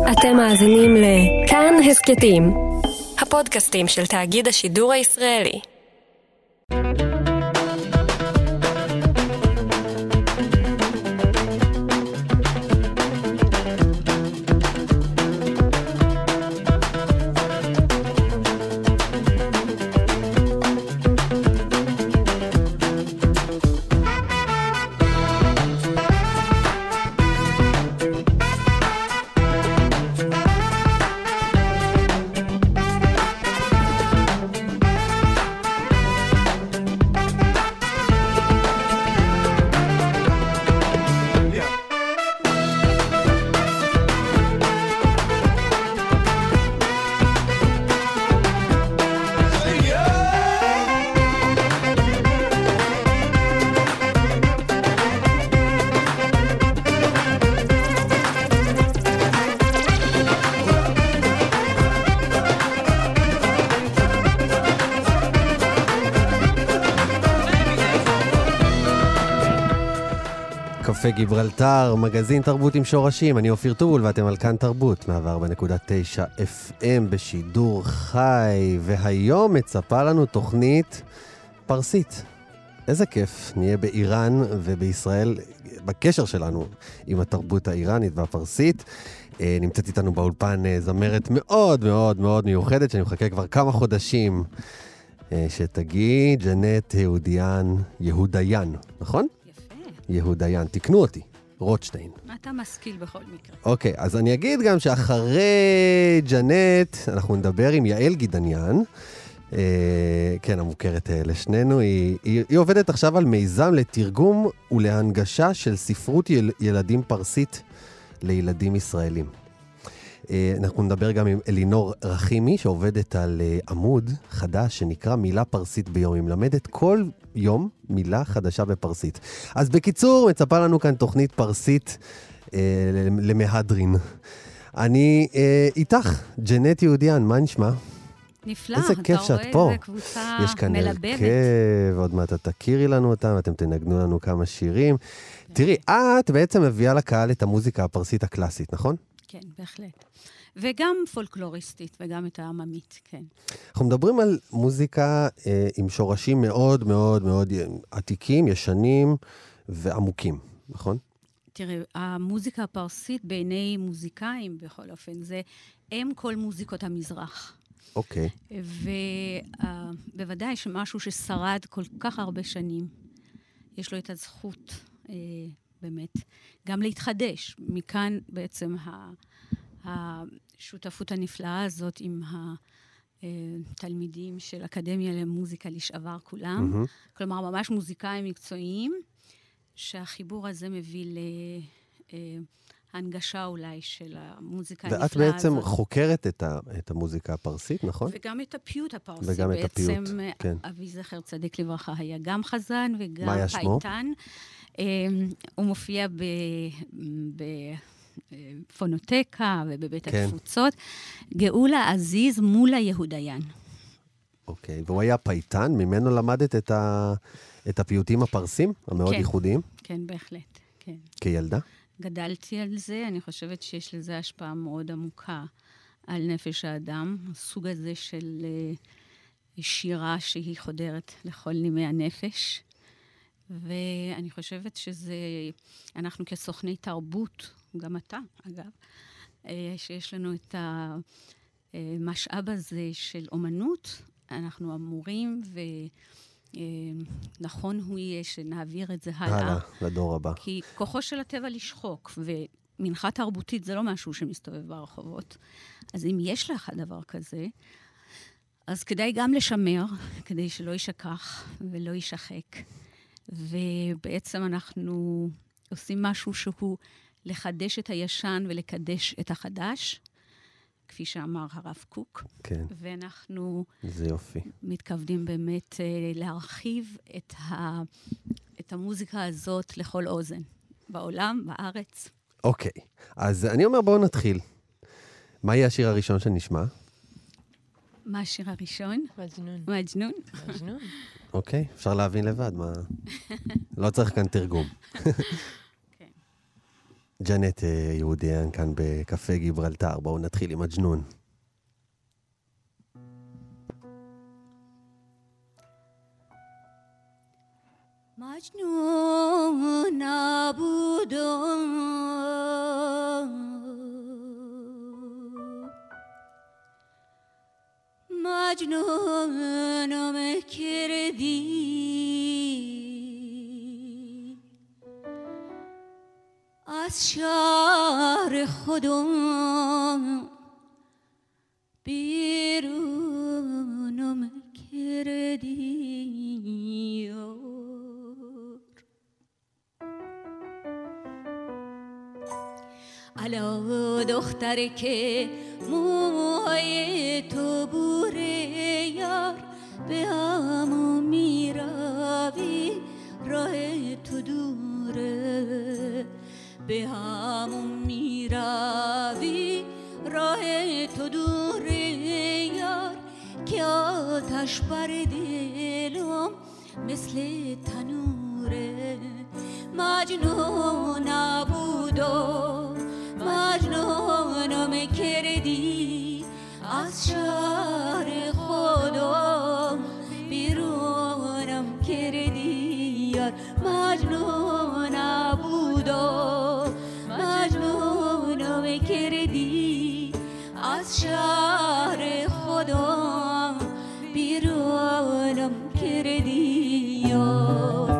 אתם מאזינים לכאן הסקטים, הפודקאסטים של תאגיד השידור הישראלי. קפה גיברלטר, מגזין תרבות עם שורשים, אני אופיר טובול ואתם על כאן תרבות, 104.9 FM בשידור חי, והיום מצפה לנו תוכנית פרסית. איזה כיף, נהיה באיראן ובישראל, בקשר שלנו עם התרבות האיראנית והפרסית. נמצאת איתנו באולפן זמרת מאוד מאוד מאוד מיוחדת, שאני מחכה כבר כמה חודשים שתגיעי, ג'נט יהודיין, נכון? יהודיין, תקנו אותי, רוטשטיין. אתה משכיל בכל מקרה. אוקיי, אז אני אגיד גם שאחרי ג'נט, אנחנו נדבר עם יעל גידניאן, כן, המוכרת לשנינו, היא עובדת עכשיו על מיזם לתרגום ולהנגשה של ספרות ילדים פרסית לילדים ישראלים. אנחנו נדבר גם עם אלינור רחימי, שעובדת על עמוד חדש שנקרא מילה פרסית ביום. היא מלמדת כל יום מילה חדשה בפרסית. אז בקיצור, מצפה לנו כאן תוכנית פרסית למהדרין. אני איתך, ג'נט יהודיין, מה נשמע? נפלא, איזה כיף שאת פה. איזה קבוצה יש כאן מלבבת. הרכב, עוד מעט את תכירי לנו אותם, אתם תנגנו לנו כמה שירים. תראי, את בעצם מביאה לקהל את המוזיקה הפרסית הקלאסית, נכון? כן, בהחלט. וגם פולקלוריסטית, וגם את העממית, כן. אנחנו מדברים על מוזיקה עם שורשים מאוד מאוד מאוד עתיקים, ישנים ועמוקים, נכון? תראה, המוזיקה הפרסית בעיני מוזיקאים, בכל אופן, זה אם כל מוזיקות המזרח. אוקיי. ובוודאי שמשהו ששרד כל כך הרבה שנים, יש לו את הזכות, באמת, גם להתחדש. מכאן בעצם השותפות הנפלאה הזאת עם התלמידים של אקדמיה למוזיקה לשעבר כולם. כלומר, ממש מוזיקאים מקצועיים, שהחיבור הזה מביא להנגשה אולי של המוזיקה הנפלאה הזאת. ואת בעצם חוקרת את המוזיקה הפרסית, נכון? וגם את הפיוט הפרסי. וגם את הפיוט, כן. אבי זכר צדיק לברכה היה גם חזן וגם פייטן. מה היה שמו? הוא מופיע בפונוטקה ובבית התפוצות. גאולה עזיז מול יהודיין. אוקיי, והוא היה פייטן, ממנו למדת את הפיוטים הפרסים המאוד ייחודיים? כן, בהחלט, כן. כילדה? גדלתי על זה, אני חושבת שיש לזה השפעה מאוד עמוקה על נפש האדם, הסוג הזה של שירה שהיא חודרת לכל נימי הנפש, ואני חושבת שזה, אנחנו כסוכני תרבות, גם אתה, אגב, שיש לנו את המשאב הזה של אומנות, אנחנו אמורים נכון הוא יהיה שנעביר את זה הלאה. לדור הבא. כי כוחו של הטבע לשחוק, ומנחה תרבותית זה לא משהו שמסתובב ברחובות. אז אם יש לך דבר כזה, אז כדאי גם לשמר, כדי שלא יישכח ולא יישחק. ובעצם אנחנו עושים משהו שהוא לחדש את הישן ולקדש את החדש, כפי שאמר הרב קוק. כן. ואנחנו זה יופי. מתכוונים באמת להרחיב את המוזיקה הזאת לכל אוזן. בעולם, בארץ. אוקיי. אז אני אומר, בואו נתחיל. מה יהיה השיר הראשון שנשמע? מה השיר הראשון? מג'נון. מג'נון? מג'נון. אוקיי, אפשר להבין לבד, מה... לא צריך כאן תרגום. ג'נט יהודיין כאן בקפה גיברלטר. בואו נתחיל עם מג'נון. مجنون نبودم مجنونم کردی از شهر خودم بیرونم کردی علا دختر که موهای تو بوره یار به همون میروی راه تو دوره به همون میروی راه تو دوره یار که آتش بر دلم مثل تنوره مجنون نبودم مجنونم کردی از شهر خودم بیرونم کردی یار مجنون نبودم مجنونم کردی از شهر خودم بیرونم کردی یار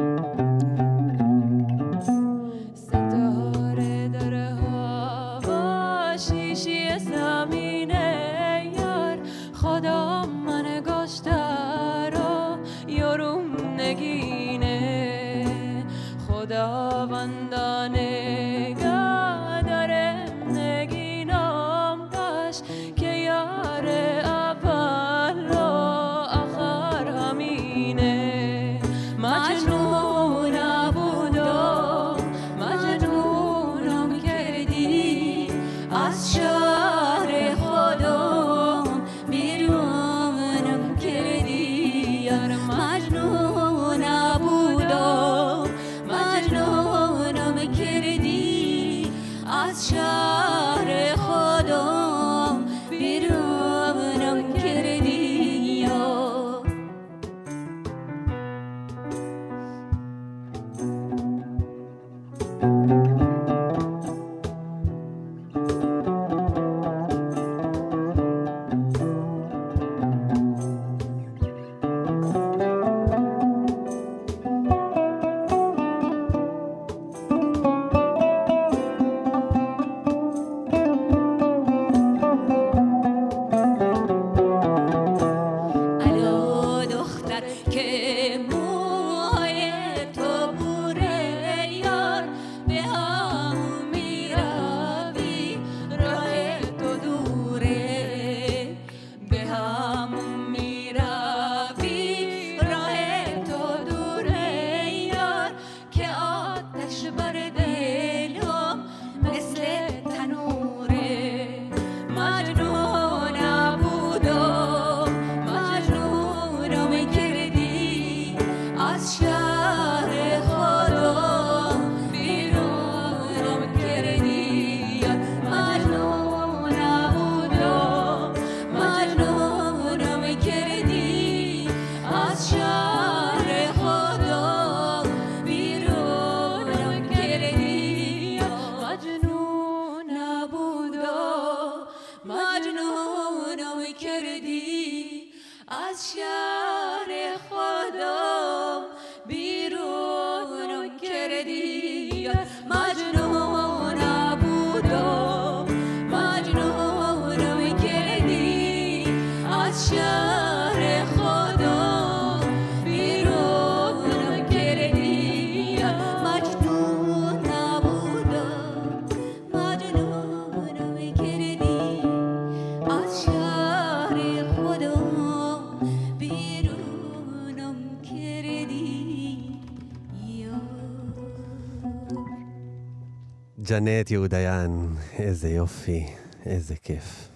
ג'נט יהודיין, איזה יופי, איזה כיף.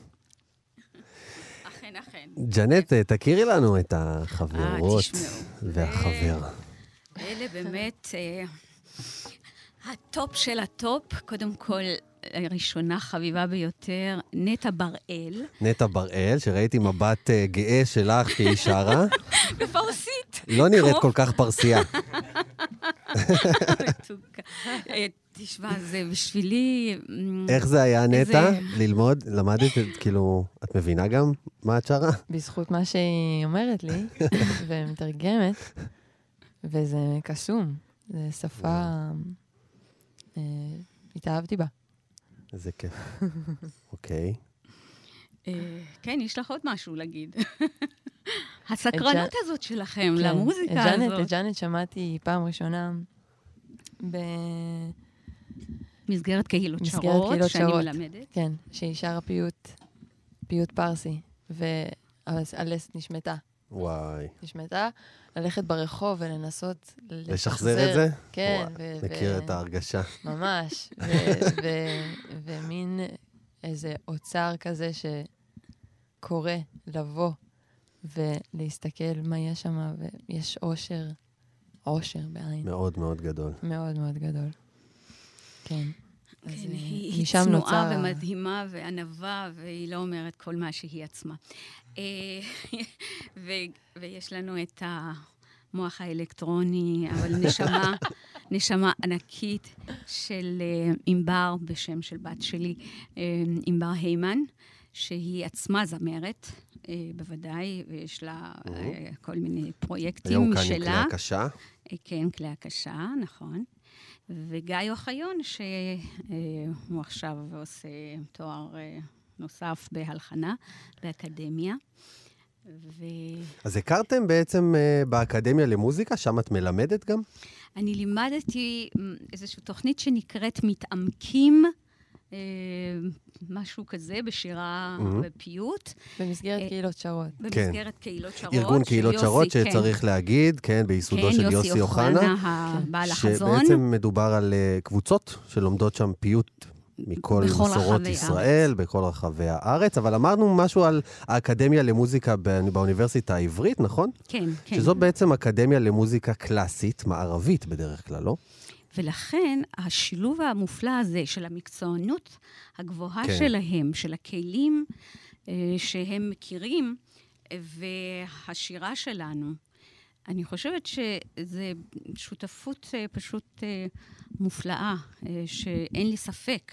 אכן, אכן. ג'נט, תכירי לנו את החברות והחבר. אלה באמת הטופ של הטופ, קודם כל, ראשונה חביבה ביותר, נטע בראל. נטע בראל, שראיתי מבט גאה שלך שהיא שרה. בפרסית. היא לא נראית כל כך פרסייה. תשמע, זה בשבילי... איך זה היה, נטע? ללמוד? למדת, כאילו, את מבינה גם מה את שרה? בזכות מה שהיא אומרת לי, ומתרגמת, וזה קסום. זו שפה... התאהבתי בה. איזה כיף. אוקיי. כן, יש לך עוד משהו להגיד. הסקרנות הזאת שלכם, למוזיקה הזאת. את ג'אנט שמעתי פעם ראשונה מסגרת קהילות שרות, שאני מלמדת. כן, שהיא שרה פיוט פרסי, והלסת נשמתה. וואי. נשמתה, ללכת ברחוב ולנסות לשחזר את זה? כן. מכיר את ההרגשה. ממש. ומין איזה אוצר כזה שקורא לבוא ולהסתכל מה יש שם, ויש עושר בעין. מאוד מאוד גדול. מאוד מאוד גדול. כן. כן, היא צנועה ומדהימה וענבה, והיא לא אומרת כל מה שהיא עצמה. ויש לנו את המוח האלקטרוני, אבל נשמה ענקית של ענבר, בשם של בת שלי, ענבר הימן, שהיא עצמה זמרת, בוודאי, ויש לה כל מיני פרויקטים משלה. היום כאן כלי הקשה. כן, כלי הקשה, נכון. וגיא אוחיון, שהוא עכשיו עושה תואר נוסף בהלחנה, באקדמיה. אז הכרתם בעצם באקדמיה למוזיקה? שם את מלמדת גם? אני לימדתי איזושהי תוכנית שנקראת מתעמקים, משהו כזה, בשירה ופיוט. במסגרת קהילות שרות. במסגרת קהילות שרות. ארגון קהילות שרות שצריך להגיד, כן, ביסודו של יוסי אוחנה. בעל החזון. שבעצם מדובר על קבוצות שלומדות שם פיוט מכל מסורות ישראל, בכל רחבי הארץ. אבל אמרנו משהו על האקדמיה למוזיקה באוניברסיטה העברית, נכון? כן, כן. שזו בעצם אקדמיה למוזיקה קלאסית, מערבית בדרך כלל, לא? ולכן השילוב המופלא הזה של המקצוענות הגבוהה שלהם, של הכלים שהם מכירים, והשירה שלנו, אני חושבת שזה שותפות פשוט מופלאה, שאין לי ספק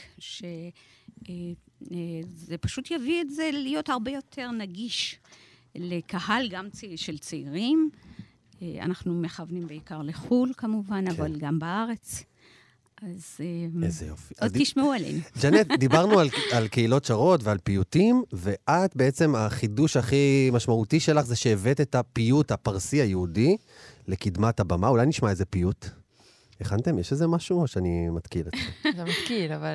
שזה פשוט יביא את זה להיות הרבה יותר נגיש לקהל גם של צעירים. אנחנו מכוונים בעיקר לחול כמובן, אבל גם בארץ. אז איזה יופי. עוד תשמעו עלינו. ג'נט, דיברנו על קהילות שרות ועל פיוטים, ואת בעצם החידוש הכי משמעותי שלך זה שהבאת את הפיוט הפרסי היהודי לקדמת הבמה. אולי נשמע איזה פיוט. הכנתם? יש איזה משהו או שאני מתקיל את זה? זה מתקיל, אבל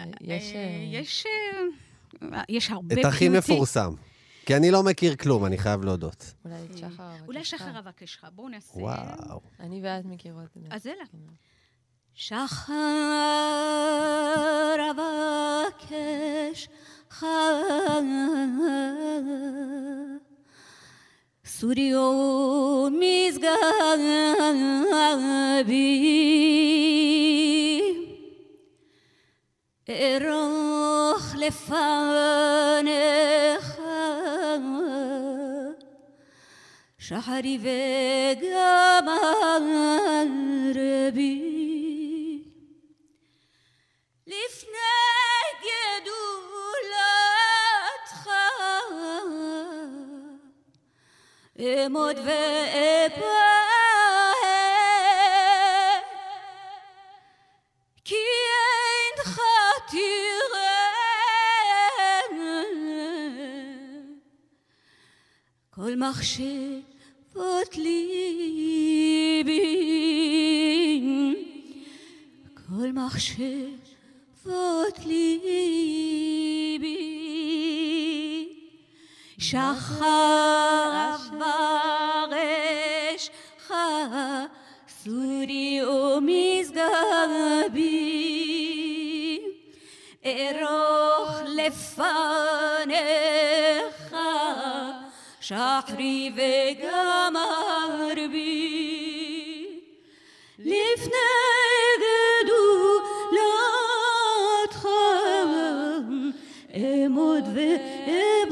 יש הרבה פיוטים. את הכי מפורסם. כי אני לא מכיר כלום, אני חייב להודות. אולי שחר אבקשך. בואו נעשה. וואו. אני ואת מכירות את זה. אז אלה. שחר אבקשך, סוריו מזגבי, ארוך לפניך, שחרי וגמר בי, לפני גדולתך, אמוד ואפהר, כי אינך תראה כל מחשבות ליבי, כל מחשבות ליבי, שחר אבקשך, סורי ומזגבי, ארוך לפניך, שחרי וגמר בי, לפני גדול אמוד ואבהר,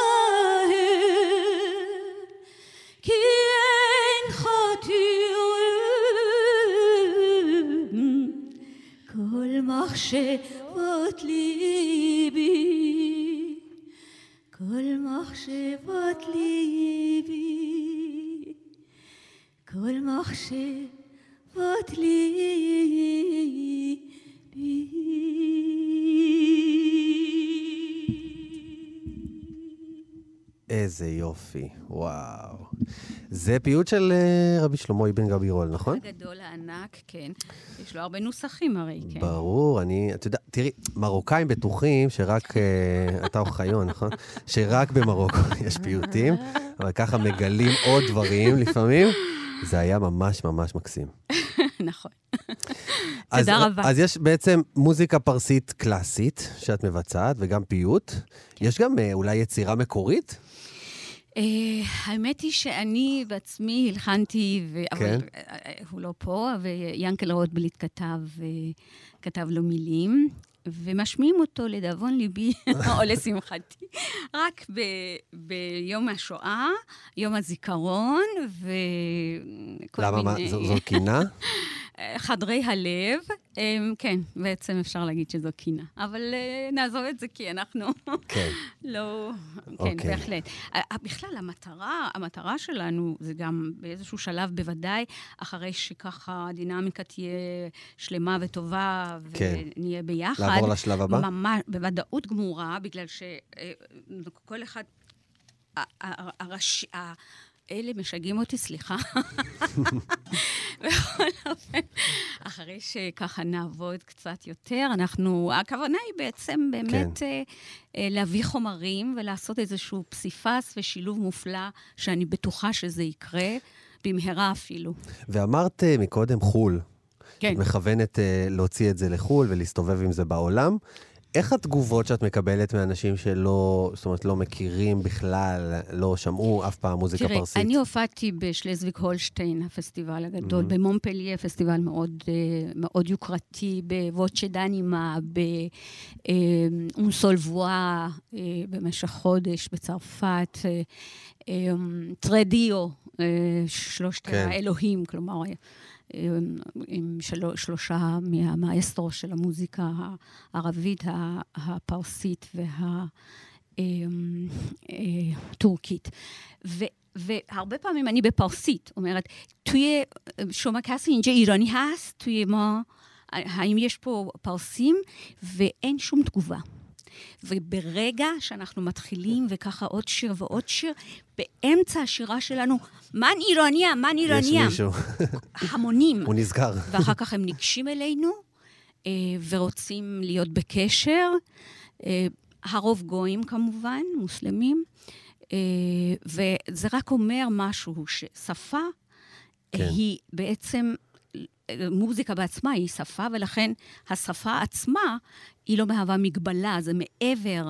כי אין חתירים כל מחשבות ליבי, כל מחשבות ליבי, כל מחשבות ליבי. איזה יופי, וואו. זה פיוט של רבי שלמה אבן גבירול, נכון? הגדול הענק, כן. יש לו הרבה נוסחים הרי, כן. ברור, אתה יודע, תראי, מרוקאים בטוחים שרק, אתה אוחיון, נכון? שרק במרוקו יש פיוטים, אבל ככה מגלים עוד דברים לפעמים. זה היה ממש ממש מקסים. נכון. תודה רבה. אז יש בעצם מוזיקה פרסית קלאסית שאת מבצעת, וגם פיוט. יש גם אולי יצירה מקורית? האמת היא שאני בעצמי הלחנתי, אבל הוא לא פה, ויאנקל רוטבליט כתב לו מילים, ומשמיעים אותו לדאבון ליבי, או לשמחתי, רק ביום השואה, יום הזיכרון, וכל מיני... למה? זו קינה? חדרי הלב, כן, בעצם אפשר להגיד שזו קינה. אבל נעזוב את זה כי אנחנו לא... כן, בהחלט. בכלל, המטרה שלנו זה גם באיזשהו שלב בוודאי, אחרי שככה הדינמיקה תהיה שלמה וטובה, ונהיה ביחד. לעבור לשלב הבא? ממש, בוודאות גמורה, בגלל שכל אחד... אלה משגעים אותי, סליחה. בכל אופן, אחרי שככה נעבוד קצת יותר, הכוונה היא בעצם באמת להביא חומרים ולעשות איזשהו פסיפס ושילוב מופלא, שאני בטוחה שזה יקרה, במהרה אפילו. ואמרת מקודם חול. כן. את מכוונת להוציא את זה לחול ולהסתובב עם זה בעולם. איך התגובות שאת מקבלת מאנשים שלא, זאת אומרת, לא מכירים בכלל, לא שמעו אף פעם מוזיקה פרסית? תראה, אני הופעתי בשלזוויג הולשטיין, הפסטיבל הגדול, במונפליה, פסטיבל מאוד, מאוד יוקרתי, בווצ'ה דנימה, באונסולבואה, במשך חודש, בצרפת, טרדיו, שלושת האלוהים, כלומר, עם שלושה מהמאסטרו של המוזיקה הערבית, הפרסית והטורקית. והרבה פעמים אני בפרסית, אומרת, תויה, שומע כסי, אינג'ה איראני הסט, תויה מה, האם יש פה פרסים, ואין שום תגובה. וברגע שאנחנו מתחילים, וככה עוד שיר ועוד שיר, באמצע השירה שלנו, מן אירוניה, מן אירוניה. יש מישהו. המונים. הוא נזכר. ואחר כך הם ניגשים אלינו, ורוצים להיות בקשר. הרוב גויים כמובן, מוסלמים. וזה רק אומר משהו, ששפה היא בעצם... מוזיקה בעצמה היא שפה, ולכן השפה עצמה היא לא מהווה מגבלה, זה מעבר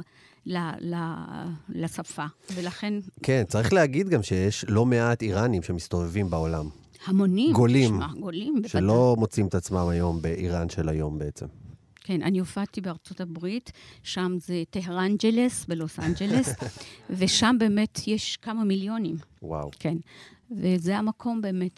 לשפה, ולכן... כן, צריך להגיד גם שיש לא מעט איראנים שמסתובבים בעולם. המונים. גולים. גולים, שלא מוצאים את עצמם היום באיראן של היום בעצם. כן, אני הופעתי בארצות הברית, שם זה טהרנג'לס בלוס אנג'לס, ושם באמת יש כמה מיליונים. וואו. כן. וזה המקום באמת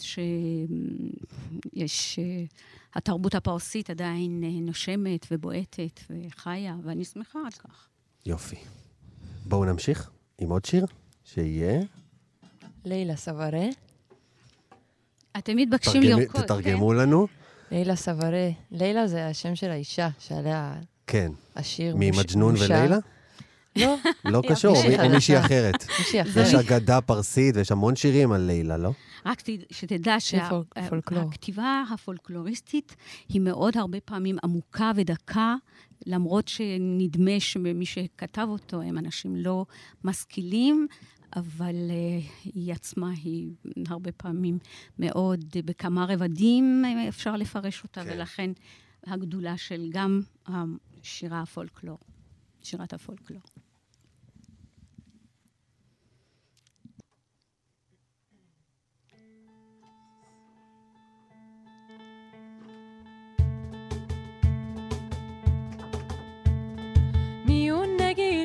שיש, התרבות הפרסית עדיין נושמת ובועטת וחיה, ואני שמחה על כך. יופי. בואו נמשיך עם עוד שיר, שיהיה... לילה סברה. אתם מתבקשים לרקוד, תתרגמו לנו. לילה סברה. לילה זה השם של האישה, שעליה השיר מושע. ממג'נון ולילה? לא. לא קשור, או מישהי אחרת. מישהי אחרת. יש אגדה פרסית, ויש המון שירים על לילה, לא? רק שתדע שהכתיבה הפולקלוריסטית היא מאוד הרבה פעמים עמוקה ודקה, למרות שנדמה שמי שכתב אותו הם אנשים לא משכילים, אבל היא עצמה היא הרבה פעמים מאוד בכמה רבדים אפשר לפרש אותה, ולכן הגדולה של גם שירת הפולקלור. میون نگی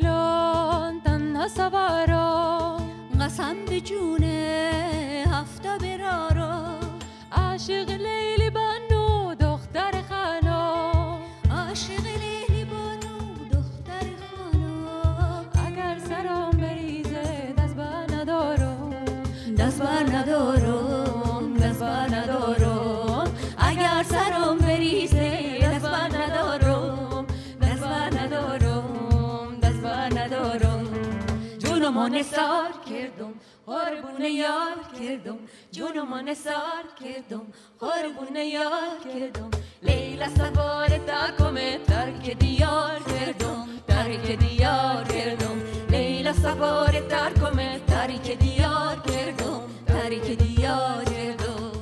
سوارا قسم به جون هفته برارا عاشق لیلی بانو دختر خانا عاشق لیلی بانو دختر خانا اگر سرم بریزه دست بر ندارم دست بر ندارم دست بر ندارم اگر سرم بریزه دست بر ندارم دست بر ندارم دست بر ندارم جونمو نثار کردم قربون یار کردم جونمو نثار کردم قربون یار کردم لیلا سوار تاکم ترک دیار کردم ترک دیار کردم لیلا سوار تاکم ترک دیار کردم ترک دیار کردم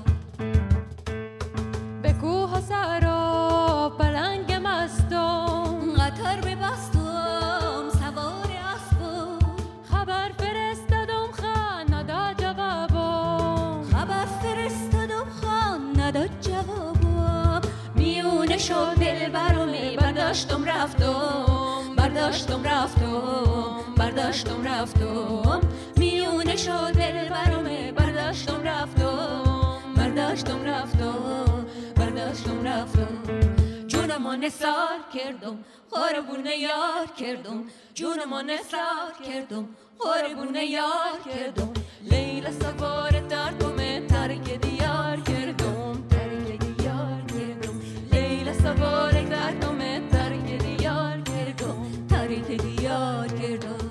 به کوه سرا پلنگ مستم قطر ببستم سوار اسبم خبر فرستادم خان نداد جوابم خبر فرستادم خان نداد جوابم میونه شد دل برامه برداشتم رفتم برداشتم رفتم برداشتم رفتم میونه شد دل برامه برداشتم رفتم برداشتم رفتم برداشتم رفتم جونمو نثار کردم قربون یار کردم جونمو نثار کردم قربون یار کردم لیلا سوار ترکم ترک دیار کردم ترک دیار کردم لیلا سوار ترکم ترک دیار کردم ترک دیار کردم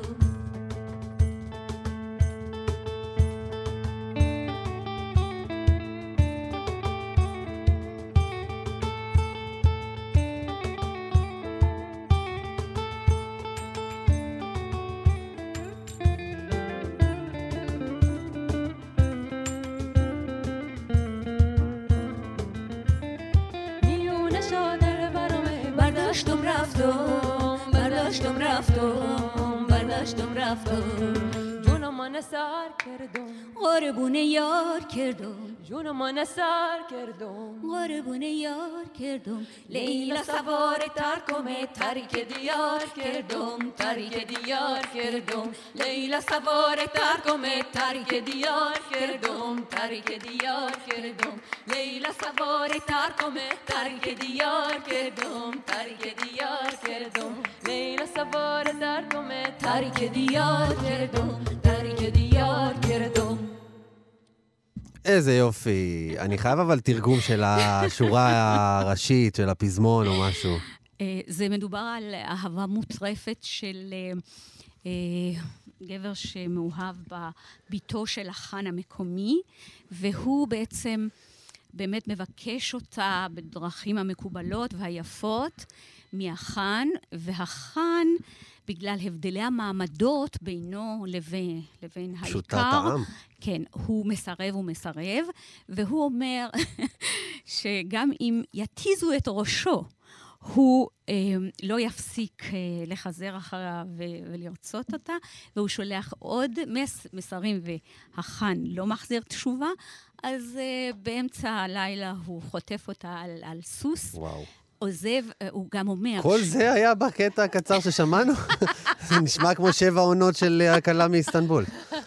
برداشتم رفتم برداشتم رفتم برداشتم رفتم جونم نثار کردم قربون یار کردم جونم نثار کردم قربون یار کردم لیلا سوار ترکم ترک دیار کردم ترک دیار کردم لیلا سوار ترکم ترک دیار کردم ترک دیار کردم لیلا سوار ترکم ترک دیار کردم ترک دیار کردم لیلا سوار ترکم ترک دیار کردم ترک دیار کردم איזה יופי. אני חייב אבל תרגום של השורה הראשית, של הפזמון או משהו. זה מדובר על אהבה מוטרפת של גבר שמאוהב בביתו של החן המקומי, והוא בעצם באמת מבקש אותה בדרכים המקובלות והיפות מהחן, והחן, בגלל הבדלי המעמדות בינו לבין העיקר, פשוטת העם. כן, הוא מסרב, והוא אומר שגם אם יתיזו את ראשו, הוא לא יפסיק לחזר אחריו ולרצות אותה, והוא שולח עוד מסרים, והחן לא מחזיר תשובה, אז באמצע הלילה הוא חוטף אותה על סוס. וואו. עוזב, הוא גם אומר... כל זה היה בקטע הקצר ששמענו? זה נשמע כמו 7 עונות של הקלה מאיסטנבול.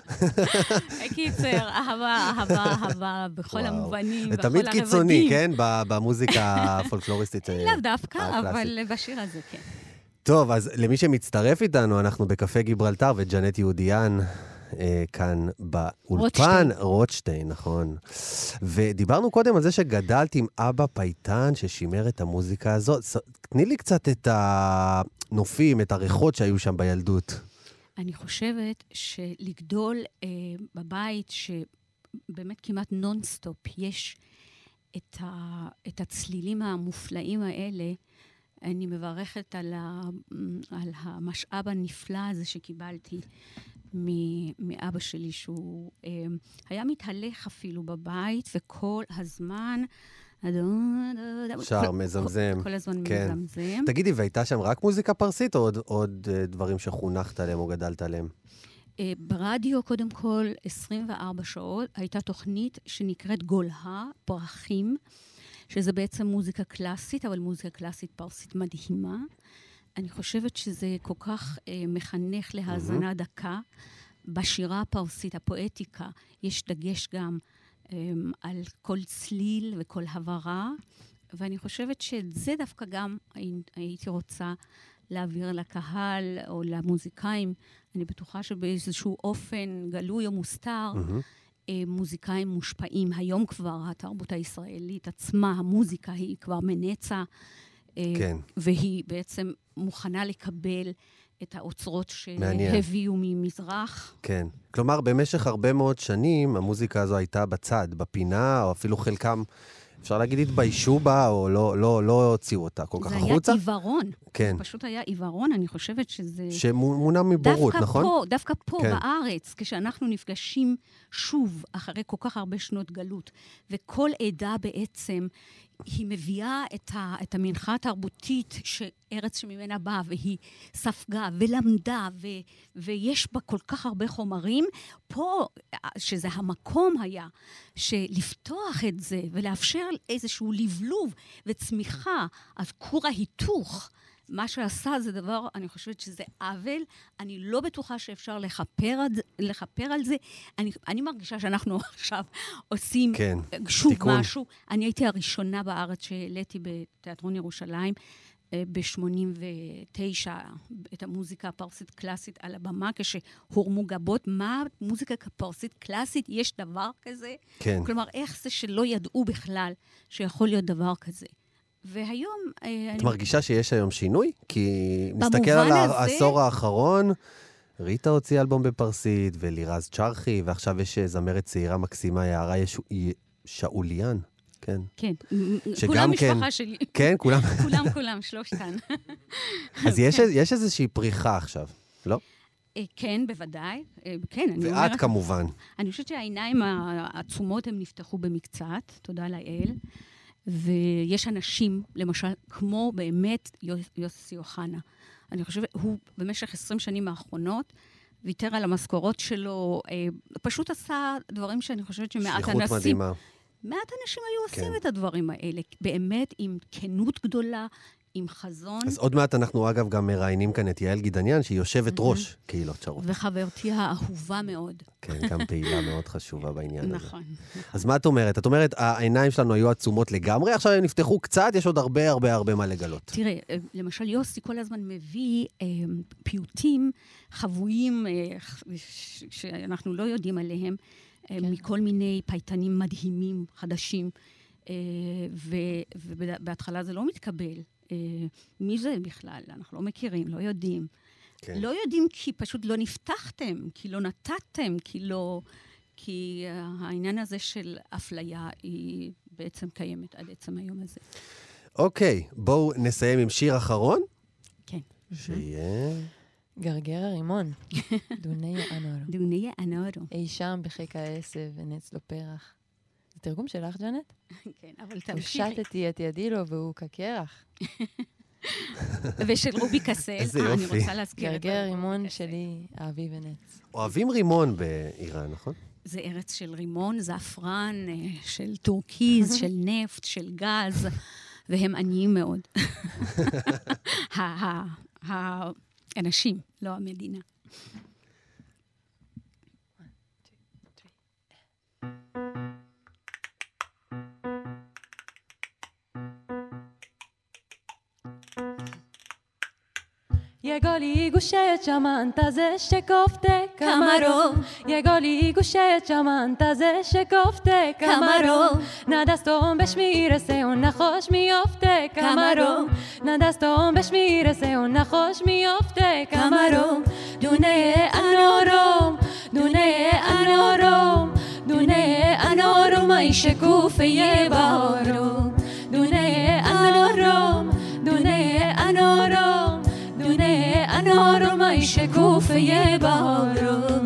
קיצר, אהבה, בכל המובנים, בכל הרבדים. זה תמיד קיצוני, כן? במוזיקה הפולקלוריסטית. לאו דווקא, אבל בשיר הזה, כן. טוב, אז למי שמצטרף איתנו, אנחנו בקפה גיברלטר, וג'נט יהודיאן כאן באולפן. רוטשטיין, נכון. ודיברנו קודם על זה שגדלת עם אבא פייטן ששימר את המוזיקה הזאת. תני לי קצת את הנופים, את הריחות שהיו שם בילדות. אני חושבת שלגדול בבית שבאמת כמעט נונסטופ יש את הצלילים המופלאים האלה, אני מברכת על המשאב הנפלא הזה שקיבלתי מאבא שלי, שהוא היה מתהלך אפילו בבית, וכל הזמן שר, מזמזם. כל הזמן מזמזם. תגידי, והייתה שם רק מוזיקה פרסית, או עוד דברים שחונכת עליהם או גדלת עליהם? ברדיו, קודם כל, 24 שעות, הייתה תוכנית שנקראת גולהה, פרחים, שזה בעצם מוזיקה קלאסית, אבל מוזיקה קלאסית פרסית מדהימה. אני חושבת שזה כל כך מחנך להאזנה דקה. בשירה הפרסית, הפואטיקה, יש דגש גם על כל צליל וכל הברה, ואני חושבת שזה דווקא גם הייתי רוצה להעביר לקהל או למוזיקאים. אני בטוחה שבאיזשהו אופן גלוי או מוסתר, מוזיקאים מושפעים. היום כבר התרבות הישראלית עצמה, המוזיקה היא כבר מנצה, והיא בעצם מוכנה לקבל את האוצרות שהביאו ממזרח. כן. כלומר, במשך הרבה מאוד שנים, המוזיקה הזו הייתה בצד, בפינה, או אפילו חלקם, אפשר להגיד, התביישו בה, או לא הוציאו אותה כל כך החוצה. זה היה עיוורון. כן. זה פשוט היה עיוורון, אני חושבת שזה... שמונע מבורות, נכון? דווקא פה, בארץ, כשאנחנו נפגשים שוב, אחרי כל כך הרבה שנות גלות, וכל עדה בעצם, היא מביאה את המנחה התרבותית שארץ שממנה באה, והיא ספגה ולמדה, ויש בה כל כך הרבה חומרים. פה, שזה המקום היה, שלפתוח את זה, ולאפשר איזשהו לבלוב וצמיחה, אז כור ההיתוך, מה שעשה זה דבר, אני חושבת שזה עוול, אני לא בטוחה שאפשר לכפר על זה. אני מרגישה שאנחנו עכשיו עושים שוב משהו. אני הייתי הראשונה בארץ שהעליתי בתיאטרון ירושלים, ב-89, את המוזיקה הפרסית קלאסית על הבמה, כשהורמו גבות. מה מוזיקה פרסית קלאסית? יש דבר כזה? כן. כלומר, איך זה שלא ידעו בכלל שיכול להיות דבר כזה? והיום... את מרגישה שיש היום שינוי? כי נסתכל על העשור האחרון, ריטה הוציא אלבום בפרסית, ולירז צ'רחי, ועכשיו יש זמרת צעירה מקסימה, יערה שאוליאן. כן. כן, כולם משפחה שלי. כן, כולם. כולם, שלושתן. אז יש איזושהי פריחה עכשיו, לא? כן, בוודאי. כן, אני אומרת... ואת כמובן. אני חושבת שהעיניים העצומות הם נפתחו במקצת, תודה לאל. ויש אנשים, למשל, כמו באמת יוסי אוחנה. אני חושבת, הוא במשך 20 שנים האחרונות, ויתר על המשכורות שלו, פשוט עשה דברים שאני חושבת שמעט אנשים... שליחות מדהימה. מעט אנשים היו עושים את הדברים האלה, באמת עם כנות גדולה, עם חזון. אז עוד מעט אנחנו אגב גם מראיינים כאן את יעל גידניאן, שהיא יושבת ראש קהילות שרות. וחברתי האהובה מאוד. כן, גם פעילה מאוד חשובה בעניין הזה. נכון. אז מה את אומרת? את אומרת, העיניים שלנו היו עצומות לגמרי, עכשיו הם נפתחו קצת, יש עוד הרבה הרבה הרבה מה לגלות. תראה, למשל יוסי כל הזמן מביא פיוטים חבויים, שאנחנו לא יודעים עליהם, מכל מיני פייטנים מדהימים, חדשים, ובהתחלה זה לא מתקבל. מי זה בכלל? אנחנו לא מכירים, לא יודעים. כן. לא יודעים כי פשוט לא נפתחתם, כי לא נתתם, כי העניין הזה של אפליה היא בעצם קיימת עד עצם היום הזה. אוקיי, בואו נסיים עם שיר אחרון. כן. שיהיה... גרגר הרימון. דוני אנורו. דוני אנורו. אי שם בחיק העשב ונץ לו פרח. זה תרגום שלך, ג'נט? כן, אבל תמשיכי. הושטתי את ידי לו והוא כקרח. ושל רובי קסל. איזה יופי. אני רוצה להזכיר את גרגר הרימון שלי, אהבי ונץ. אוהבים רימון באיראן, נכון? זה ארץ של רימון, זעפרן, של טורקיז, של נפט, של גז, והם עניים מאוד. האנשים, לא המדינה. יגולי גושת שמנת זה שקופתה קמרו יגולי גושת שמנת זה שקופתה קמרו נדסתום בשמירסה ונחוש מיופתה קמרו נדסתום בשמירסה ונחוש מיופתה קמרו דוני אנורום דוני אנורום דוני אנורום אי שקופה יבאורום דוני אנורום דוני אנורום دونه انار مای شکوفه بارم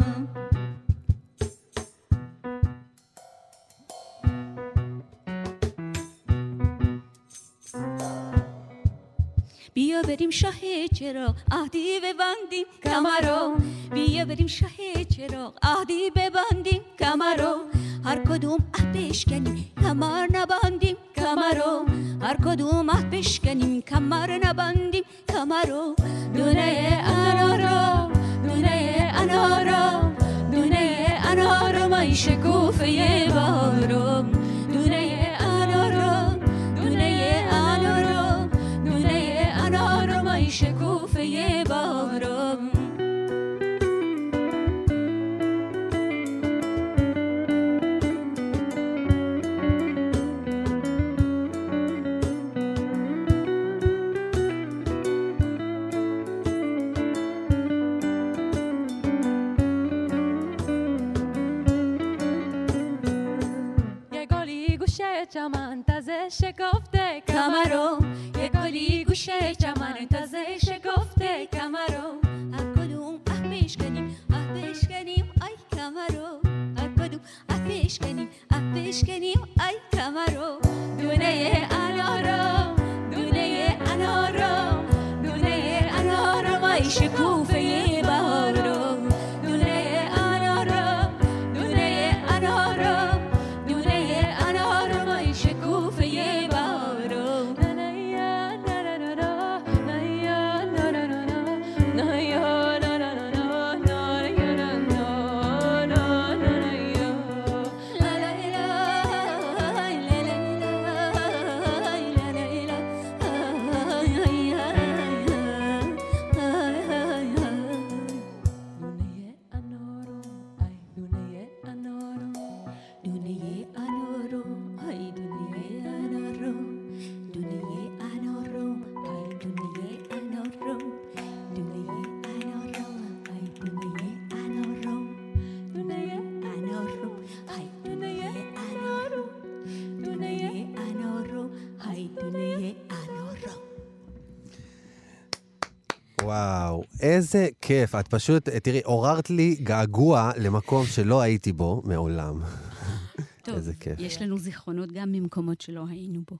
بیا بریم شاه چراغ عهدی ببندیم کمرو بیا بریم شاه چراغ عهدی ببندیم کمرو هر کدوم بشکنیم کمر نبندیم کمرو هر کدوم بشکنیم کمر نبندیم کمرو دونه انارو دونه انارو دونه انارو مای شکوفه بارم دونه انارو دونه انارو دونه انارو مای شکوفه بارم چمن تازه شکفته کمرو یک گلی گوشه چمن تازه شکفته کمرو هر کدوم بشکنیم ای کمرو هر کدوم بشکنیم ای کمرو دونه انارو دونه انارو دونه انارو مای شکوفه بارو دونه انارو دونه انارو شکوفه بارو نایا نانا نایا نانا نایا نانا نایا וואו, איזה כיף. את פשוט, תראי, עוררת לי געגוע למקום שלא הייתי בו מעולם. טוב, איזה כיף. יש לנו זיכרונות גם ממקומות שלא היינו בו.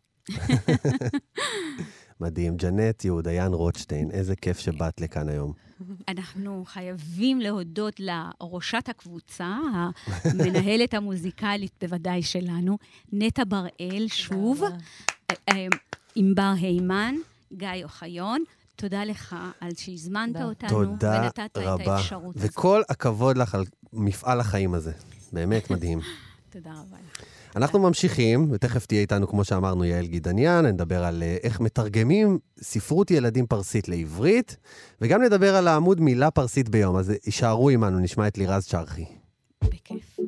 מדהים. ג'נט יהודיין רוטשטיין, איזה כיף שבאת לכאן היום. אנחנו חייבים להודות לראשת הקבוצה, המנהלת המוזיקלית בוודאי שלנו, נטע בראל שוב, ענבר הימן, גיא אוחיון, תודה לך על שהזמנת אותנו ונתת את האפשרות הזאת. וכל הכבוד לך על מפעל החיים הזה. באמת מדהים. תודה רבה לך. אנחנו ממשיכים, ותכף תהיה איתנו, כמו שאמרנו, יעל גידניאן, נדבר על איך מתרגמים ספרות ילדים פרסית לעברית, וגם נדבר על העמוד מילה פרסית ביום. אז יישארו עמנו, נשמע את לירז צ'רחי. בכיף.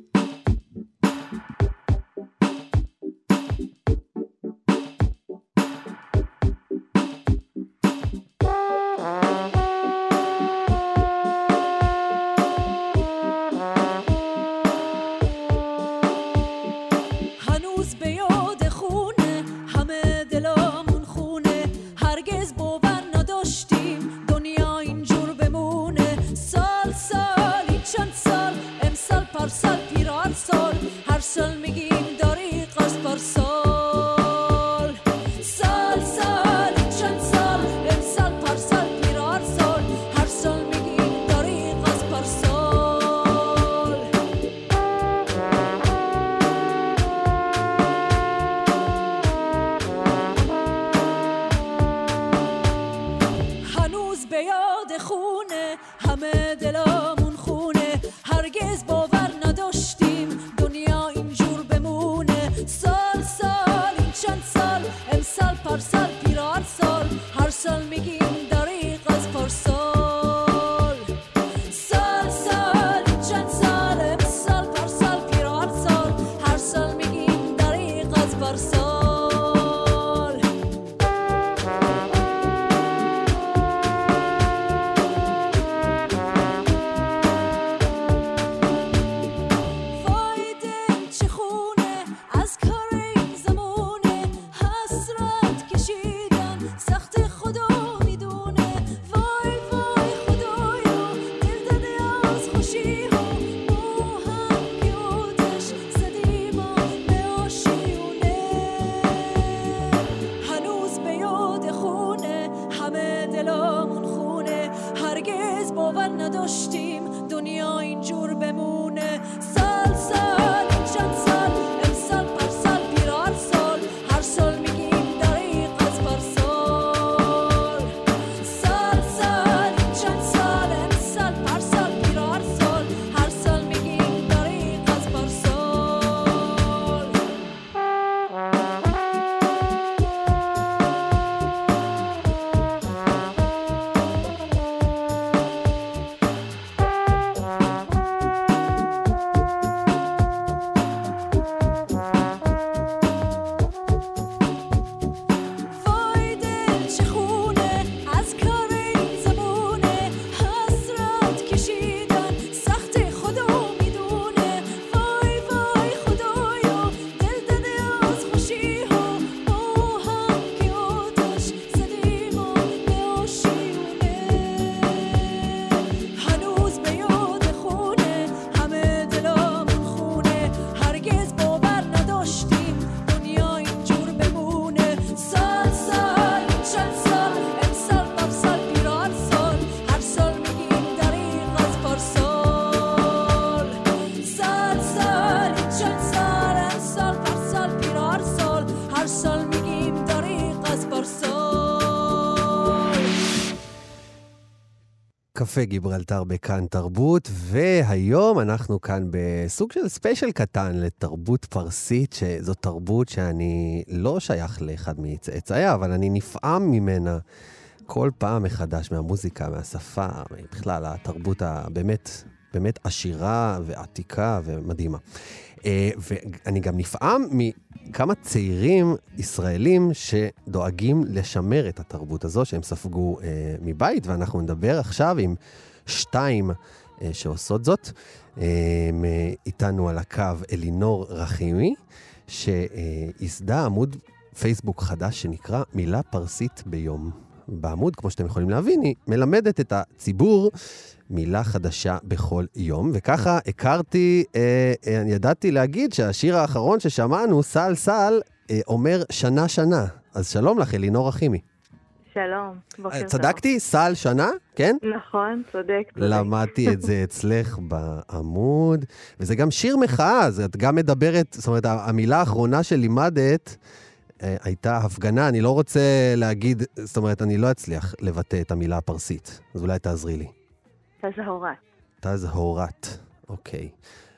קפה גיברלטר בכאן תרבות, והיום אנחנו כאן בסוג של ספיישל קטן לתרבות פרסית, שזו תרבות שאני לא שייך לאחד מצאצאיה, אבל אני נפעם ממנה כל פעם מחדש, מהמוזיקה, מהשפה, בכלל התרבות הבאמת באמת עשירה ועתיקה ומדהימה. ואני גם נפעם מכמה צעירים ישראלים שדואגים לשמר את התרבות הזו, שהם ספגו מבית, ואנחנו נדבר עכשיו עם שתיים שעושות זאת. איתנו על הקו אלינור רחימי, שיסדה עמוד פייסבוק חדש שנקרא מילה פרסית ביום. בעמוד, כמו שאתם יכולים להבין, היא מלמדת את הציבור מילה חדשה בכל יום, וככה הכרתי, אני ידעתי להגיד שהשיר האחרון ששמענו, סל סל, אומר שנה שנה. אז שלום לך, אלינור רחימי. שלום, בוקר טוב. צדקתי? סל שנה? כן? נכון, צודק. למדתי את זה אצלך בעמוד, וזה גם שיר מחאה, אז את גם מדברת, זאת אומרת, המילה האחרונה שלימדת, הייתה הפגנה, אני לא רוצה להגיד, זאת אומרת, אני לא אצליח לבטא את המילה הפרסית, אז אולי תעזרי לי. תזהורת. תזהורת, אוקיי.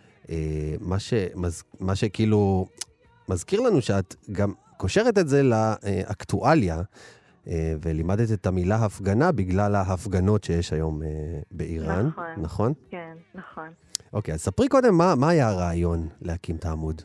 מה שכאילו מזכיר לנו שאת גם קושרת את זה לאקטואליה, ולימדת את המילה הפגנה בגלל ההפגנות שיש היום באיראן, נכון? כן, נכון. אוקיי, אז ספרי קודם מה היה הרעיון להקים את העמוד?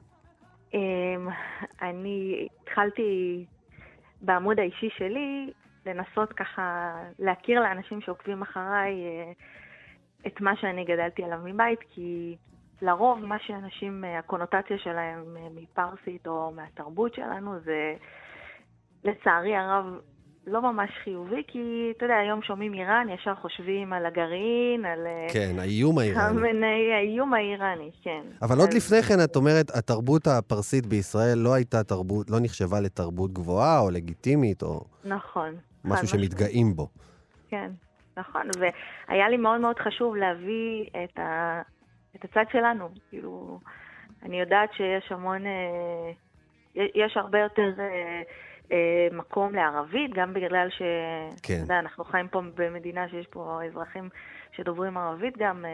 אני התחלתי בעמוד האישי שלי לנסות ככה להכיר לאנשים שעוקבים אחריי את מה שאני גדלתי עליו מבית, כי לרוב מה שאנשים, הקונוטציה שלהם מפרסית או מהתרבות שלנו זה לצערי הרב לא ממש חיובי, כי אתה יודע, היום שומעים איראן, ישר חושבים על הגרעין, על... כן, האיום האיראני. האיום האיראני, כן. אבל עוד לפני כן, את אומרת, התרבות הפרסית בישראל לא הייתה תרבות, לא נחשבה לתרבות גבוהה או לגיטימית, או... נכון. משהו שמתגאים בו. כן, נכון. והיה לי מאוד מאוד חשוב להביא את הצד שלנו. כאילו, אני יודעת שיש המון... יש הרבה יותר... מקום לערבית, גם בגלל שאנחנו חיים פה במדינה שיש פה אזרחים שדוברים ערבית גם,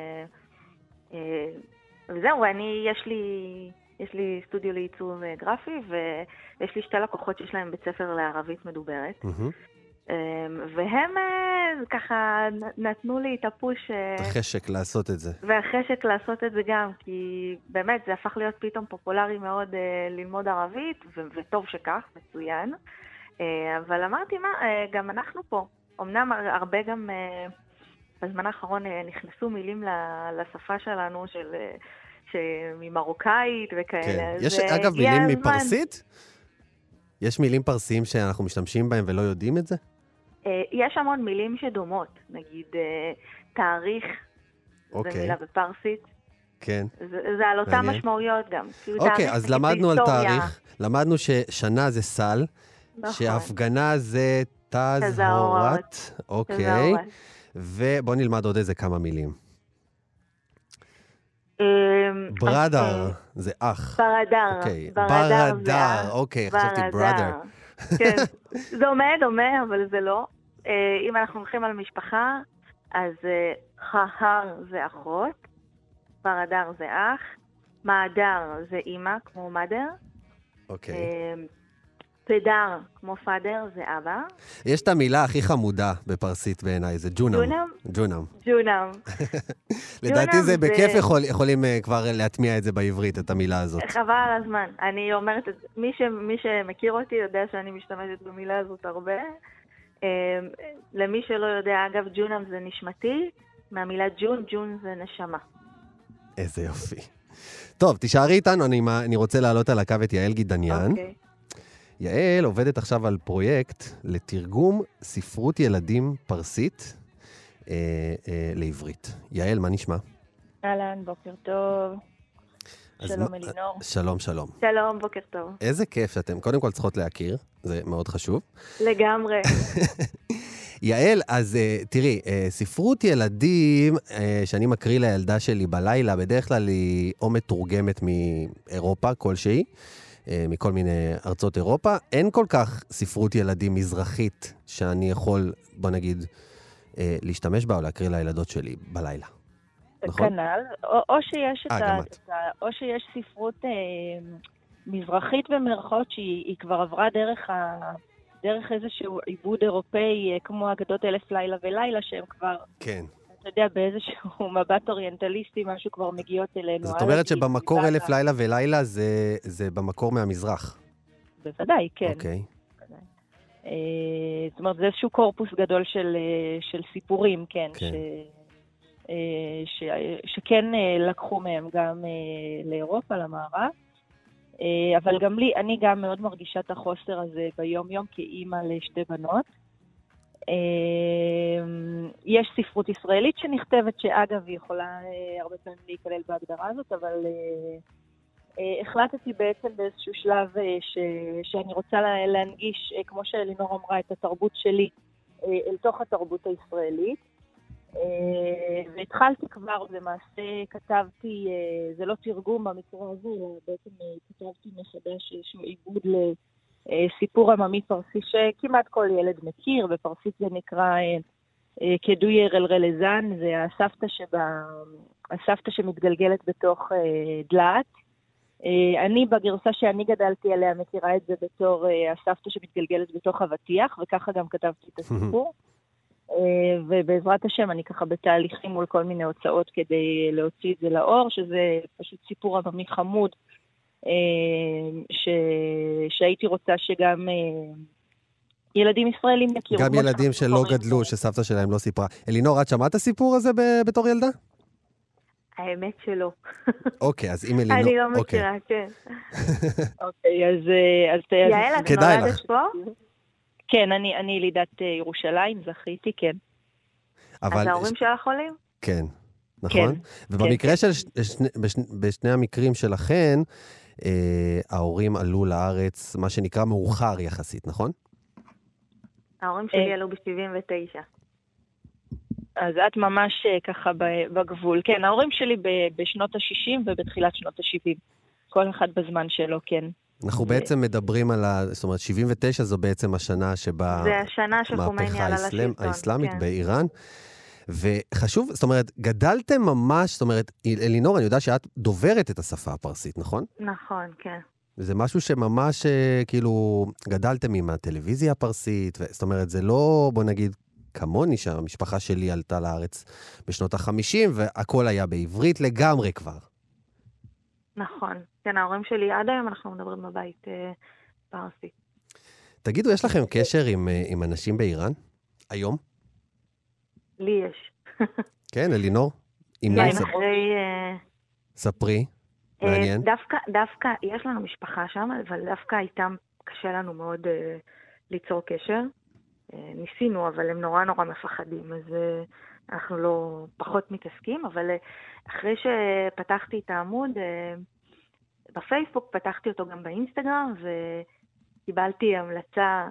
וזהו, יש לי סטודיו לעיצוב גרפי, ויש לי שתי לקוחות שיש להם בית ספר לערבית מדוברת, והם ככה נתנו לי את הפוש... החשק לעשות את זה. והחשק לעשות את זה גם, כי באמת זה הפך להיות פתאום פופולרי מאוד ללמוד ערבית, וטוב שכך, מצוין. אבל אמרתי, גם אנחנו פה. אמנם הרבה גם בזמן האחרון נכנסו מילים לשפה שלנו, ממרוקאית וכאלה. כן. יש אגב מילים מפרסית? יש מילים פרסיים שאנחנו משתמשים בהם ולא יודעים את זה? יש המון מילים שדומות, נגיד תאריך, זה מילה בפרסית. כן. זה על אותם משמעויות גם. אוקיי, אז למדנו על תאריך, למדנו ששנה זה סל, שהפגנה זה תזהורת, אוקיי, ובוא נלמד עוד איזה כמה מילים. ברדר, זה אח. ברדר. אוקיי, ברדר, אוקיי, חשבתי ברדר. כן, זה דומה, אבל זה לא. אם אנחנו הולכים על משפחה, אז חהר זה אחות, ברדר זה אח, מעדר זה אימא, כמו מדר. אוקיי. פדר, כמו פאדר, זה אבא. יש את המילה הכי חמודה בפרסית בעיניי, זה ג'ונם. ג'ונם? ג'ונם. לדעתי זה בכיף יכולים כבר להטמיע את זה בעברית, את המילה הזאת. חבל על הזמן. אני אומרת, מי שמכיר אותי יודע שאני משתמשת במילה הזאת הרבה. למי שלא יודע, אגב, ג'ונם זה נשמתי, מהמילה ג'ון זה נשמה. איזה יופי. טוב, תישארי איתנו, אני רוצה לעלות על הקו את יעל גידניאן. אוקיי. יעל עובדת עכשיו על פרויקט לתרגום ספרות ילדים פרסית לעברית. יעל, מה נשמע? אהלן, בוקר טוב. שלום אלינור. שלום, שלום. שלום, בוקר טוב. איזה כיף שאתם קודם כל צריכות להכיר, זה מאוד חשוב. לגמרי. יעל, אז תראי, ספרות ילדים שאני מקריא לילדה שלי בלילה, בדרך כלל היא או מתורגמת מאירופה כלשהי, מכל מיני ארצות אירופה. אין כל כך ספרות ילדים מזרחית שאני יכול, בוא נגיד, להשתמש בה או להקריא לילדות שלי בלילה. נכון? כנ"ל, או שיש ספרות מזרחית במרכאות שהיא כבר עברה דרך איזשהו עיבוד אירופאי, כמו אגדות אלף לילה ולילה, שהם כבר, כן. אתה יודע, באיזשהו מבט אוריינטליסטי, משהו כבר מגיעות אלינו. זאת אומרת שבמקור אלף לילה ולילה זה במקור מהמזרח. בוודאי, כן. אוקיי. זאת אומרת, זה איזשהו קורפוס גדול של סיפורים, כן. שכן לקחו מהם גם לאירופה, למערב. אבל גם לי, אני גם מאוד מרגישה את החוסר הזה ביום-יום כאימא לשתי בנות. יש ספרות ישראלית שנכתבת, שאגב היא יכולה הרבה פעמים להיכלל בהגדרה הזאת, אבל החלטתי בעצם באיזשהו שלב שאני רוצה להנגיש, כמו שאלינור אמרה, את התרבות שלי אל תוך התרבות הישראלית. והתחלתי כבר, למעשה כתבתי, זה לא תרגום במקרה הזה, בעצם כתבתי מחדש איזשהו עיבוד לסיפור עממי פרסי שכמעט כל ילד מכיר, בפרסית זה נקרא כדויר אל רלזן, זה הסבתא שמתגלגלת בתוך דלעת. אני בגרסה שאני גדלתי עליה מכירה את זה בתור הסבתא שמתגלגלת בתוך אבטיח, וככה גם כתבתי את הסיפור. ובעזרת השם אני ככה בתהליכים מול כל מיני הוצאות כדי להוציא את זה לאור, שזה פשוט סיפור עממי חמוד, שהייתי רוצה שגם ילדים ישראלים יכירו. גם ילדים שלא גדלו, שסבתא שלהם לא סיפרה. אלינור, את שמעת הסיפור הזה בתור ילדה? האמת שלא. אוקיי, אז אם אלינור... אני לא מכירה, כן. אוקיי, אז... יעל, את נולדת פה? כן, אני ילידת ירושלים, זכיתי, כן. אז ההורים שלך עולים? כן, נכון? ובמקרה של... בשני המקרים שלכן, ההורים עלו לארץ, מה שנקרא מאוחר יחסית, נכון? ההורים שלי עלו ב-79. אז את ממש ככה בגבול. כן, ההורים שלי בשנות ה-60 ובתחילת שנות ה-70. כל אחד בזמן שלו, כן. אנחנו בעצם מדברים על זאת אומרת, 79 זו בעצם השנה שבה... זה השנה שחומייני עלה לשלטון. האסלאמית באיראן. וחשוב, זאת אומרת, גדלתם ממש, זאת אומרת, אלינור, אני יודע שאת דוברת את השפה הפרסית, נכון? נכון, כן. וזה משהו שממש, כאילו, גדלתם עם הטלוויזיה הפרסית, זאת אומרת, זה לא, בוא נגיד, כמוני, שהמשפחה שלי עלתה לארץ בשנות ה-50, והכל היה בעברית לגמרי כבר. נכון. כן, ההורים שלי, עד היום אנחנו מדברים בבית פרסית. תגידו, יש לכם קשר עם אנשים באיראן? היום? לי יש. כן, אלינור? כן, אחרי... ספרי, מעניין. דווקא, יש לנו משפחה שם, אבל דווקא איתם קשה לנו מאוד ליצור קשר. ניסינו, אבל הם נורא נורא מפחדים, אז אנחנו לא פחות מתעסקים, אבל אחרי שפתחתי את העמוד, בפייסבוק פתחתי אותו גם באינסטגרם, וקיבלתי המלצה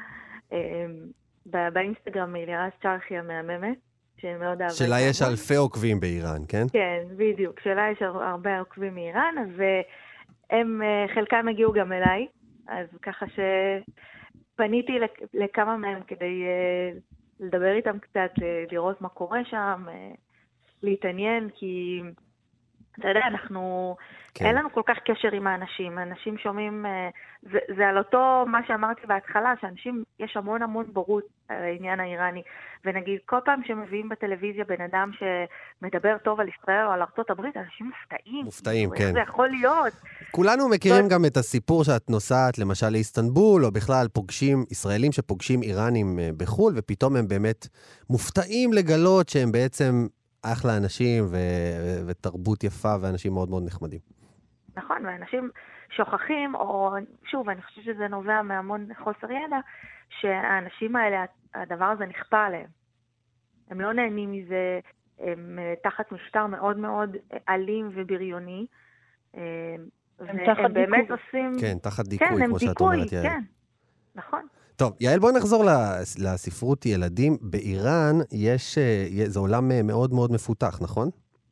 באינסטגרם מלירז צ'רחי המהממת, שמאוד אהבה. שלה יש אלפי עוקבים באיראן, כן? כן, בדיוק. שלה יש הרבה עוקבים מאיראן, והם חלקם הגיעו גם אליי, אז ככה פניתי לכמה מהם כדי לדבר איתם קצת, לראות מה קורה שם, להתעניין, כי אתה יודע, אין לנו כל כך קשר עם האנשים. האנשים שומעים, זה על אותו מה שאמרתי בהתחלה, שאנשים, יש המון בורות על העניין האיראני, ונגיד, כל פעם שמביאים בטלוויזיה בן אדם שמדבר טוב על ישראל או על ארצות הברית, אנשים מופתעים. מופתעים, כן. זה יכול להיות. כולנו מכירים גם את הסיפור שאת נוסעת, למשל לאיסטנבול, או בכלל פוגשים, ישראלים שפוגשים איראנים בחול, ופתאום הם באמת מופתעים לגלות שהם בעצם אחלה אנשים ותרבות יפה, ואנשים מאוד מאוד נחמדים. נכון, ואנשים שוכחים, או שוב, אני חושבת שזה נובע מהמון חוסר ידע, שהאנשים האלה, הדבר הזה נכפה עליהם. הם לא נהנים מזה, הם תחת משטר מאוד מאוד אלים ובריוני, והם באמת עושים... כן, תחת דיכוי, כמו שאת אומרת, יעל. כן, נכון. טוב, יעל, בואי נחזור לספרות ילדים. באיראן זה עולם מאוד מאוד מפותח, נכון?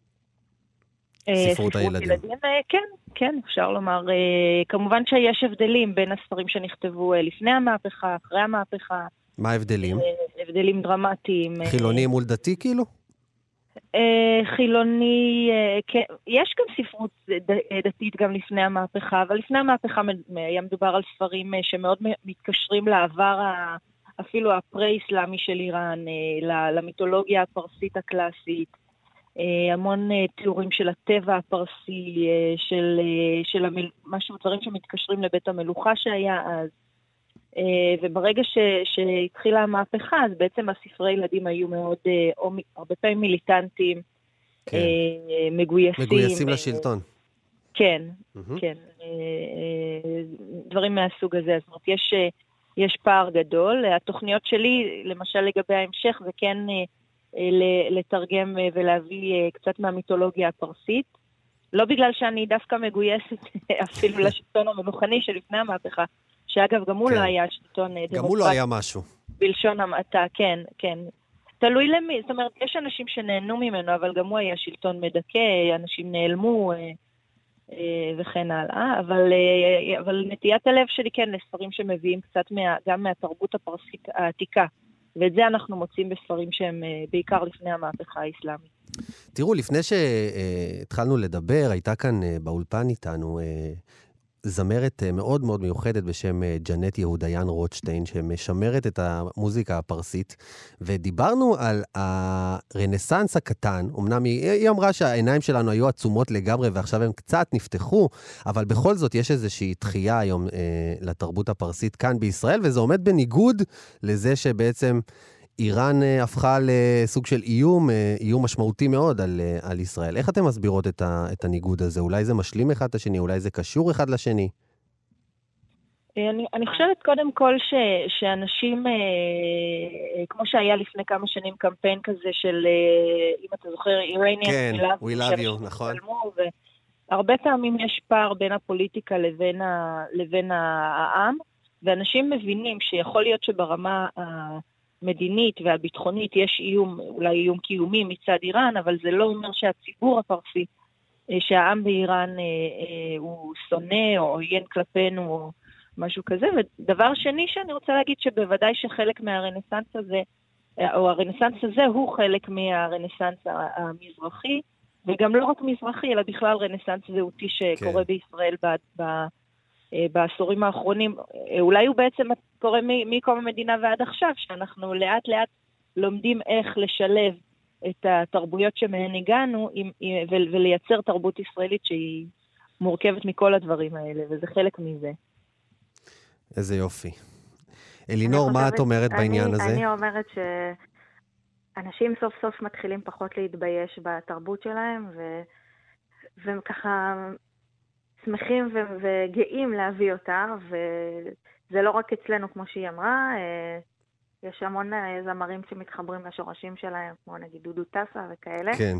ספרות הילדים. כן, אפשר לומר. כמובן שיש הבדלים בין הספרים שנכתבו לפני המהפכה, אחרי המהפכה. מה ההבדלים? הבדלים דרמטיים. חילוני מול דתי כאילו? חילוני, יש גם ספרות דתית גם לפני המהפכה, אבל לפני המהפכה היה מדובר על ספרים שמאוד מתקשרים לעבר אפילו הפרה-איסלאמי של איראן, למיתולוגיה הפרסית הקלאסית, המון תיאורים של הטבע הפרסי, של משהו, דברים שמתקשרים לבית המלוכה שהיה אז. וברגע שהתחילה המהפכה, אז בעצם הספרי ילדים היו מאוד, הרבה פעמים מיליטנטים, כן. מגויסים לשלטון. כן, כן. דברים מהסוג הזה. זאת אומרת, יש פער גדול. התוכניות שלי, למשל לגבי ההמשך, זה כן לתרגם ולהביא קצת מהמיתולוגיה הפרסית. לא בגלל שאני דווקא מגויסת אפילו לשלטון המלוכני שלפני המהפכה, שאגב, גם הוא לא היה שלטון דמוקרטי. גם הוא לא היה משהו. בלשון המעטה, כן, כן. תלוי למי, זאת אומרת, יש אנשים שנהנו ממנו, אבל גם הוא היה שלטון מדכא, אנשים נעלמו וכן הלאה, אבל נטיית הלב שלי כן לספרים שמביאים קצת גם מהתרבות הפרסית העתיקה, ואת זה אנחנו מוצאים בספרים שהם בעיקר לפני המהפכה האסלאמית. תראו, לפני שהתחלנו לדבר, הייתה כאן באולפן איתנו זמרת מאוד מאוד מיוחדת בשם ג'נט יהודיין רוטשטיין, שמשמרת את המוזיקה הפרסית, ודיברנו על הרנסנס הקטן. אמנם היא אמרה שהעיניים שלנו היו עצומות לגמרי, ועכשיו הם קצת נפתחו, אבל בכל זאת יש איזושהי דחייה היום לתרבות הפרסית כאן בישראל, וזה עומד בניגוד לזה שבעצם איראן הפכה לסוג של איום משמעותי מאוד על ישראל. איך אתם מסבירות את הניגוד הזה? אולי זה משלים אחד את השני, אולי זה קשור אחד לשני? אני חושבת קודם כל שאנשים, כמו שהיה לפני כמה שנים קמפיין כזה של, אם אתה זוכר, Iranian, כן, we love you, נכון. הרבה פעמים יש פער בין הפוליטיקה לבין העם, ואנשים מבינים שיכול להיות שברמה המדינית והביטחונית יש איום, אולי איום קיומי מצד איראן, אבל זה לא אומר שהציבור הפרסי, שהעם באיראן הוא שונא או עוין כלפינו או משהו כזה. ודבר שני שאני רוצה להגיד שבוודאי שחלק מהרנסנס הזה, או הרנסנס הזה הוא חלק מהרנסנס המזרחי, וגם לא רק מזרחי, אלא בכלל רנסנס זהותי שקורה בישראל בעשורים האחרונים. אולי הוא בעצם קורה מקום המדינה ועד עכשיו, שאנחנו לאט לאט לומדים איך לשלב את התרבויות שמהן הגענו, ולייצר תרבות ישראלית שהיא מורכבת מכל הדברים האלה, וזה חלק מזה. איזה יופי. אלינור, מה את אומרת בעניין הזה? אני אומרת שאנשים סוף סוף מתחילים פחות להתבייש בתרבות שלהם, וככה שמחים וגאים להביא אותה, וזה לא רק אצלנו כמו שהיא אמרה, יש המון זמרים שמתחברים לשורשים שלהם, כמו נגיד דודו טסה וכאלה. כן.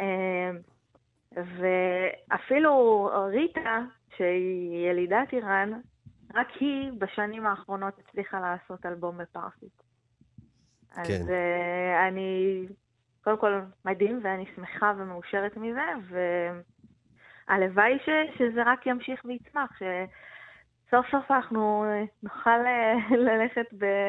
ואפילו ריטה, שהיא ילידת איראן, רק היא בשנים האחרונות הצליחה לעשות אלבום בפרסית. אז אני, קודם כל מדהים, ואני שמחה ומאושרת מזה, והלוואי שזה רק ימשיך ויצמח, שסוף סוף אנחנו נוכל ללכת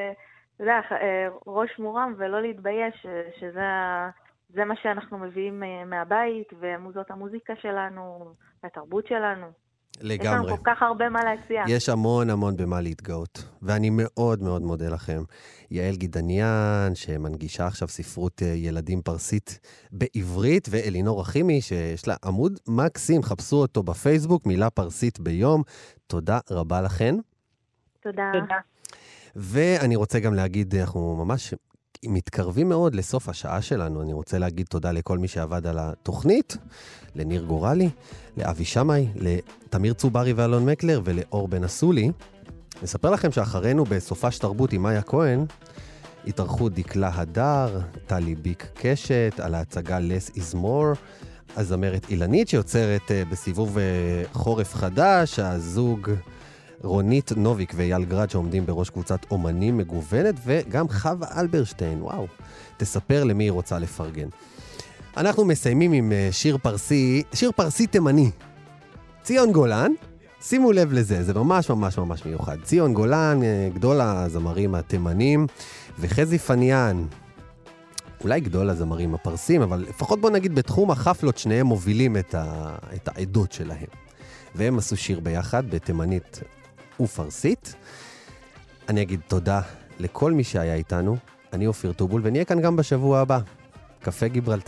ראש מורם ולא להתבייש, שזה מה שאנחנו מביאים מהבית, ומוזות המוזיקה שלנו, התרבות שלנו. לגמרי. יש לנו כל כך הרבה מה להציע. יש המון המון במה להתגאות, ואני מאוד מאוד מודה לכם. יעל גידניאן, שמנגישה עכשיו ספרות ילדים פרסית בעברית, ואלינור רחימי, שיש לה עמוד מקסים, חפשו אותו בפייסבוק, מילה פרסית ביום. תודה רבה לכן. תודה. ואני רוצה גם להגיד, אנחנו ממש מתקרבים מאוד לסוף השעה שלנו. אני רוצה להגיד תודה לכל מי שעבד על התוכנית, לניר גורלי, לאבי שמאי, לתמיר צוברי ואלון מקלר ולאור בן אסולי. נספר לכם שאחרינו בסופש תרבות עם מאיה כהן, התארחו דקלה הדר, טלי ביק קשת, על ההצגה Less is More, הזמרת אילנית שיוצרת בסיבוב חורף חדש, הזוג רונית נוביק ואייל גרד שעומדים בראש קבוצת אומנים מגוונת, וגם חווה אלברשטיין, וואו, תספר למי היא רוצה לפרגן. אנחנו מסיימים עם שיר פרסי תימני. ציון גולן, שימו לב לזה, זה ממש ממש ממש מיוחד. ציון גולן, גדול הזמרים התימנים, וחזי פניאן, אולי גדול הזמרים הפרסים, אבל לפחות בוא נגיד בתחום החפלות שניהם מובילים את העדות שלהם. והם עשו שיר ביחד בתימנית ופרסית. אני אגיד תודה לכל מי שהיה איתנו. אני אופיר טובול, ונהיה כאן גם בשבוע הבא. קפה גיברלטר.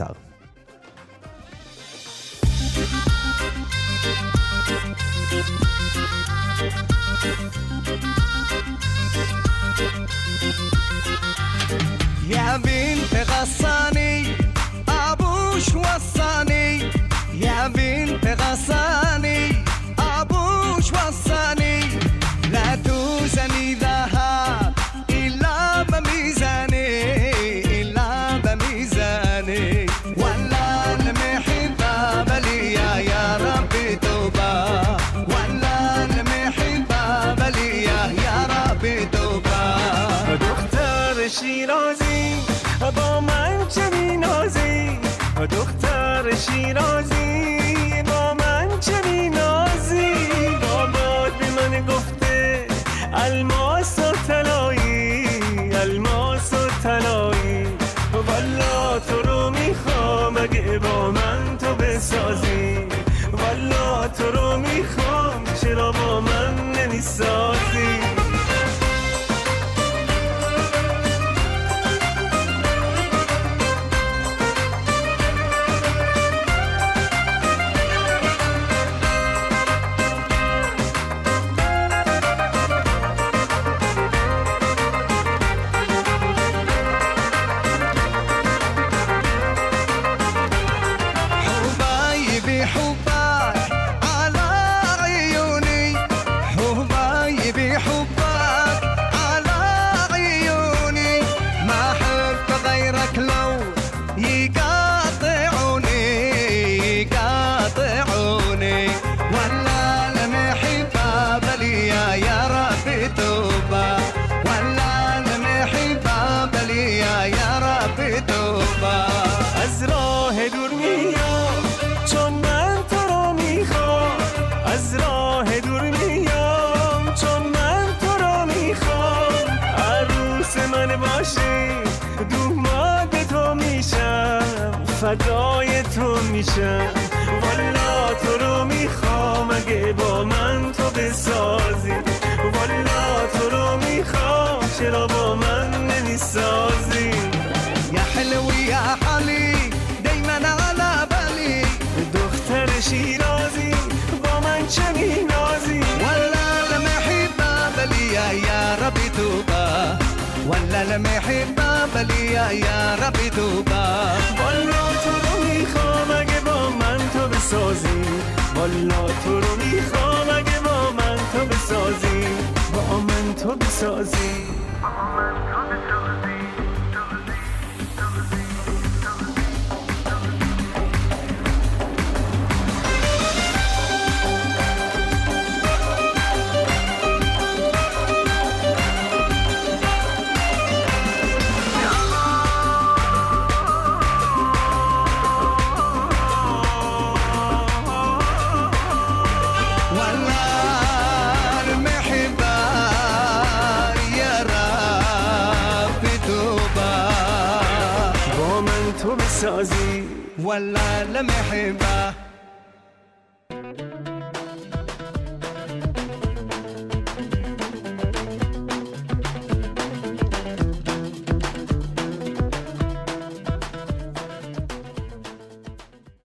يا بنت غصاني أبوش وصاني يا بنت غصاني أبوش وصاني لا توزني ذهب إلا بميزاني إلا بميزاني ولا المحبة بليا يا ربي توبة ولا المحبة بليا يا ربي توبة دختر شیرازی با من چه مینازی دختر شیرازی با من چه مینازی بابات به من گفته الماس و طلایی الماس و طلایی والا تو رو میخوام اگه با من تو بسازی والا تو رو میخوام چرا با من نمیسازی فدای تو میشم والا تو رو میخوام اگه با من تو بسازی والا تو رو میخوام چرا با من نمیسازی یا حلوی یا حالی دیمن على بالي دختر شیرازی با من چه مینازی والا لمحبه بلیا یا ربی توبه ولا لمحبه بلیا یا ربی توبه والا تو رو میخوام اگه با من تو بسازی والا تو رو میخوام اگه با من تو بسازی با من تو بسازی ولا لمحبه